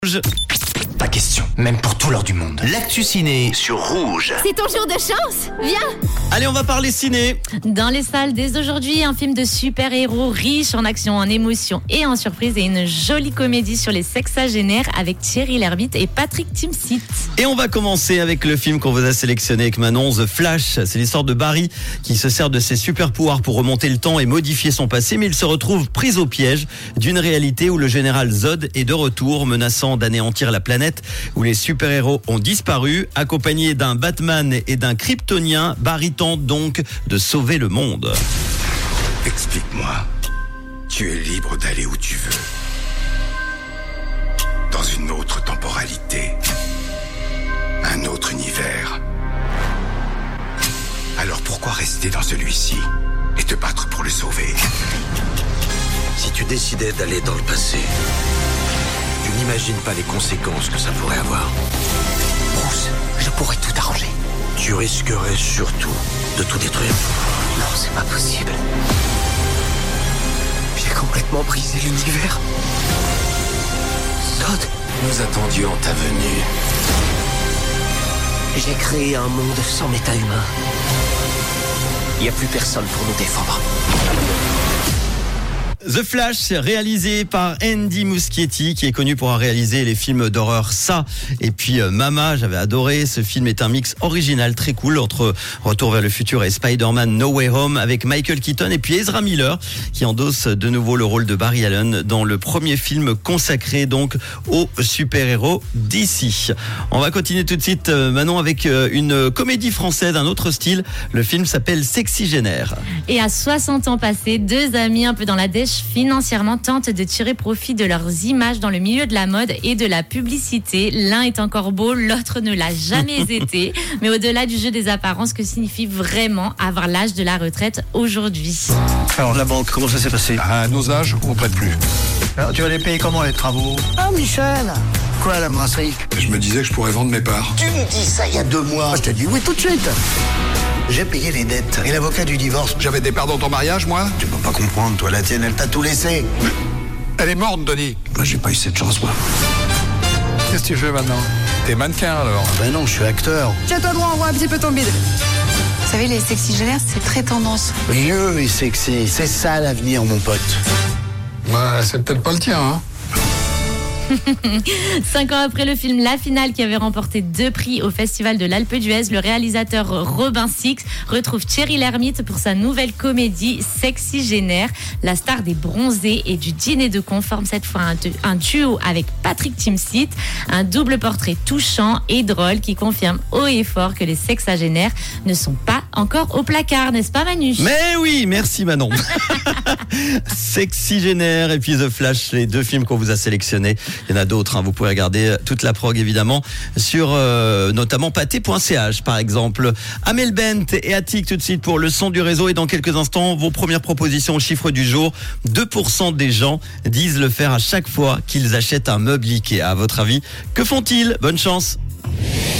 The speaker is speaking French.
Pas question, même pour tout l'or du monde. L'actu ciné sur Rouge. C'est ton jour de chance. Viens. Allez, on va parler ciné. Dans les salles dès aujourd'hui, un film de super-héros riche en action, en émotion et en surprise, et une jolie comédie sur les sexagénaires avec Thierry Lhermitte et Patrick Timsit. Et on va commencer avec le film qu'on vous a sélectionné avec Manon, The Flash. C'est l'histoire de Barry qui se sert de ses super pouvoirs pour remonter le temps et modifier son passé, mais il se retrouve pris au piège d'une réalité où le général Zod est de retour, menaçant d'anéantir la planète où les super-héros ont disparu. Accompagné d'un Batman et d'un Kryptonien, Barry tente donc de sauver le monde. Explique-moi. Tu es libre d'aller où tu veux. Dans une autre temporalité. Un autre univers. Alors pourquoi rester dans celui-ci et te battre pour le sauver? Si tu décidais d'aller dans le passé, tu n'imagines pas les conséquences que ça pourrait avoir. Bruce, je pourrais tout arranger. Tu risquerais surtout de tout détruire. Non, c'est pas possible. J'ai complètement brisé l'univers. Zod, Nous attendions ta venue. j'ai créé un monde sans méta-humain. Il n'y a plus personne pour nous défendre. The Flash, réalisé par Andy Muschietti, qui est connu pour avoir réalisé les films d'horreur Ça et puis Mama. J'avais adoré. Ce film est un mix original très cool entre Retour vers le futur et Spider-Man No Way Home, avec Michael Keaton et puis Ezra Miller qui endosse de nouveau le rôle de Barry Allen dans le premier film consacré donc aux super-héros d'ici. On va continuer tout de suite, Manon, avec une comédie française, un autre style. Le film s'appelle Sexygénaire. Et à 60 ans passés, deux amis un peu dans la dèche financièrement tentent de tirer profit de leurs images dans le milieu de la mode et de la publicité. L'un est encore beau, l'autre ne l'a jamais été. Mais au-delà du jeu des apparences, que signifie vraiment avoir l'âge de la retraite aujourd'hui? Alors la banque, comment ça s'est passé? À nos âges, on prête plus. Alors tu vas les payer comment les travaux? Ah, Michel, Quoi la brasserie? Je me disais que je pourrais vendre mes parts. tu me dis ça il y a 2 mois. Je te dis oui tout de suite. J'ai payé les dettes et l'avocat du divorce. J'avais des parts dans ton mariage, moi? Tu peux pas comprendre, toi, la tienne, elle t'a tout laissé. Elle est morte, Denis. Moi, j'ai pas eu cette chance, moi. Qu'est-ce que tu fais maintenant? T'es mannequin, alors? Ben non, je suis acteur. Tiens-toi droit, on voit un petit peu ton bide. Vous savez, les sexygénaires, c'est très tendance. Vieux et sexy, c'est ça l'avenir, mon pote. Ouais, c'est peut-être pas le tien, hein? 5 ans après le film La Finale, qui avait remporté 2 prix au Festival de l'Alpe d'Huez, le réalisateur Robin Six retrouve Thierry Lhermitte pour sa nouvelle comédie Sexygénaire. La star des Bronzés et du Dîner de Con forme cette fois un duo avec Patrick Timsit, un double portrait touchant et drôle qui confirme haut et fort que les sexagénaires ne sont pas encore au placard, n'est-ce pas Manu? Mais oui, merci Manon. Sexygénaire et puis The Flash, les deux films qu'on vous a sélectionnés. Il y en a d'autres, hein. Vous pouvez regarder toute la prog évidemment sur notamment pâté.ch par exemple. Amel Bent et Attic tout de suite pour le son du réseau, et dans quelques instants vos premières propositions au chiffre du jour. 2% des gens disent le faire à chaque fois qu'ils achètent un meuble Ikea. À votre avis, que font-ils? Bonne chance.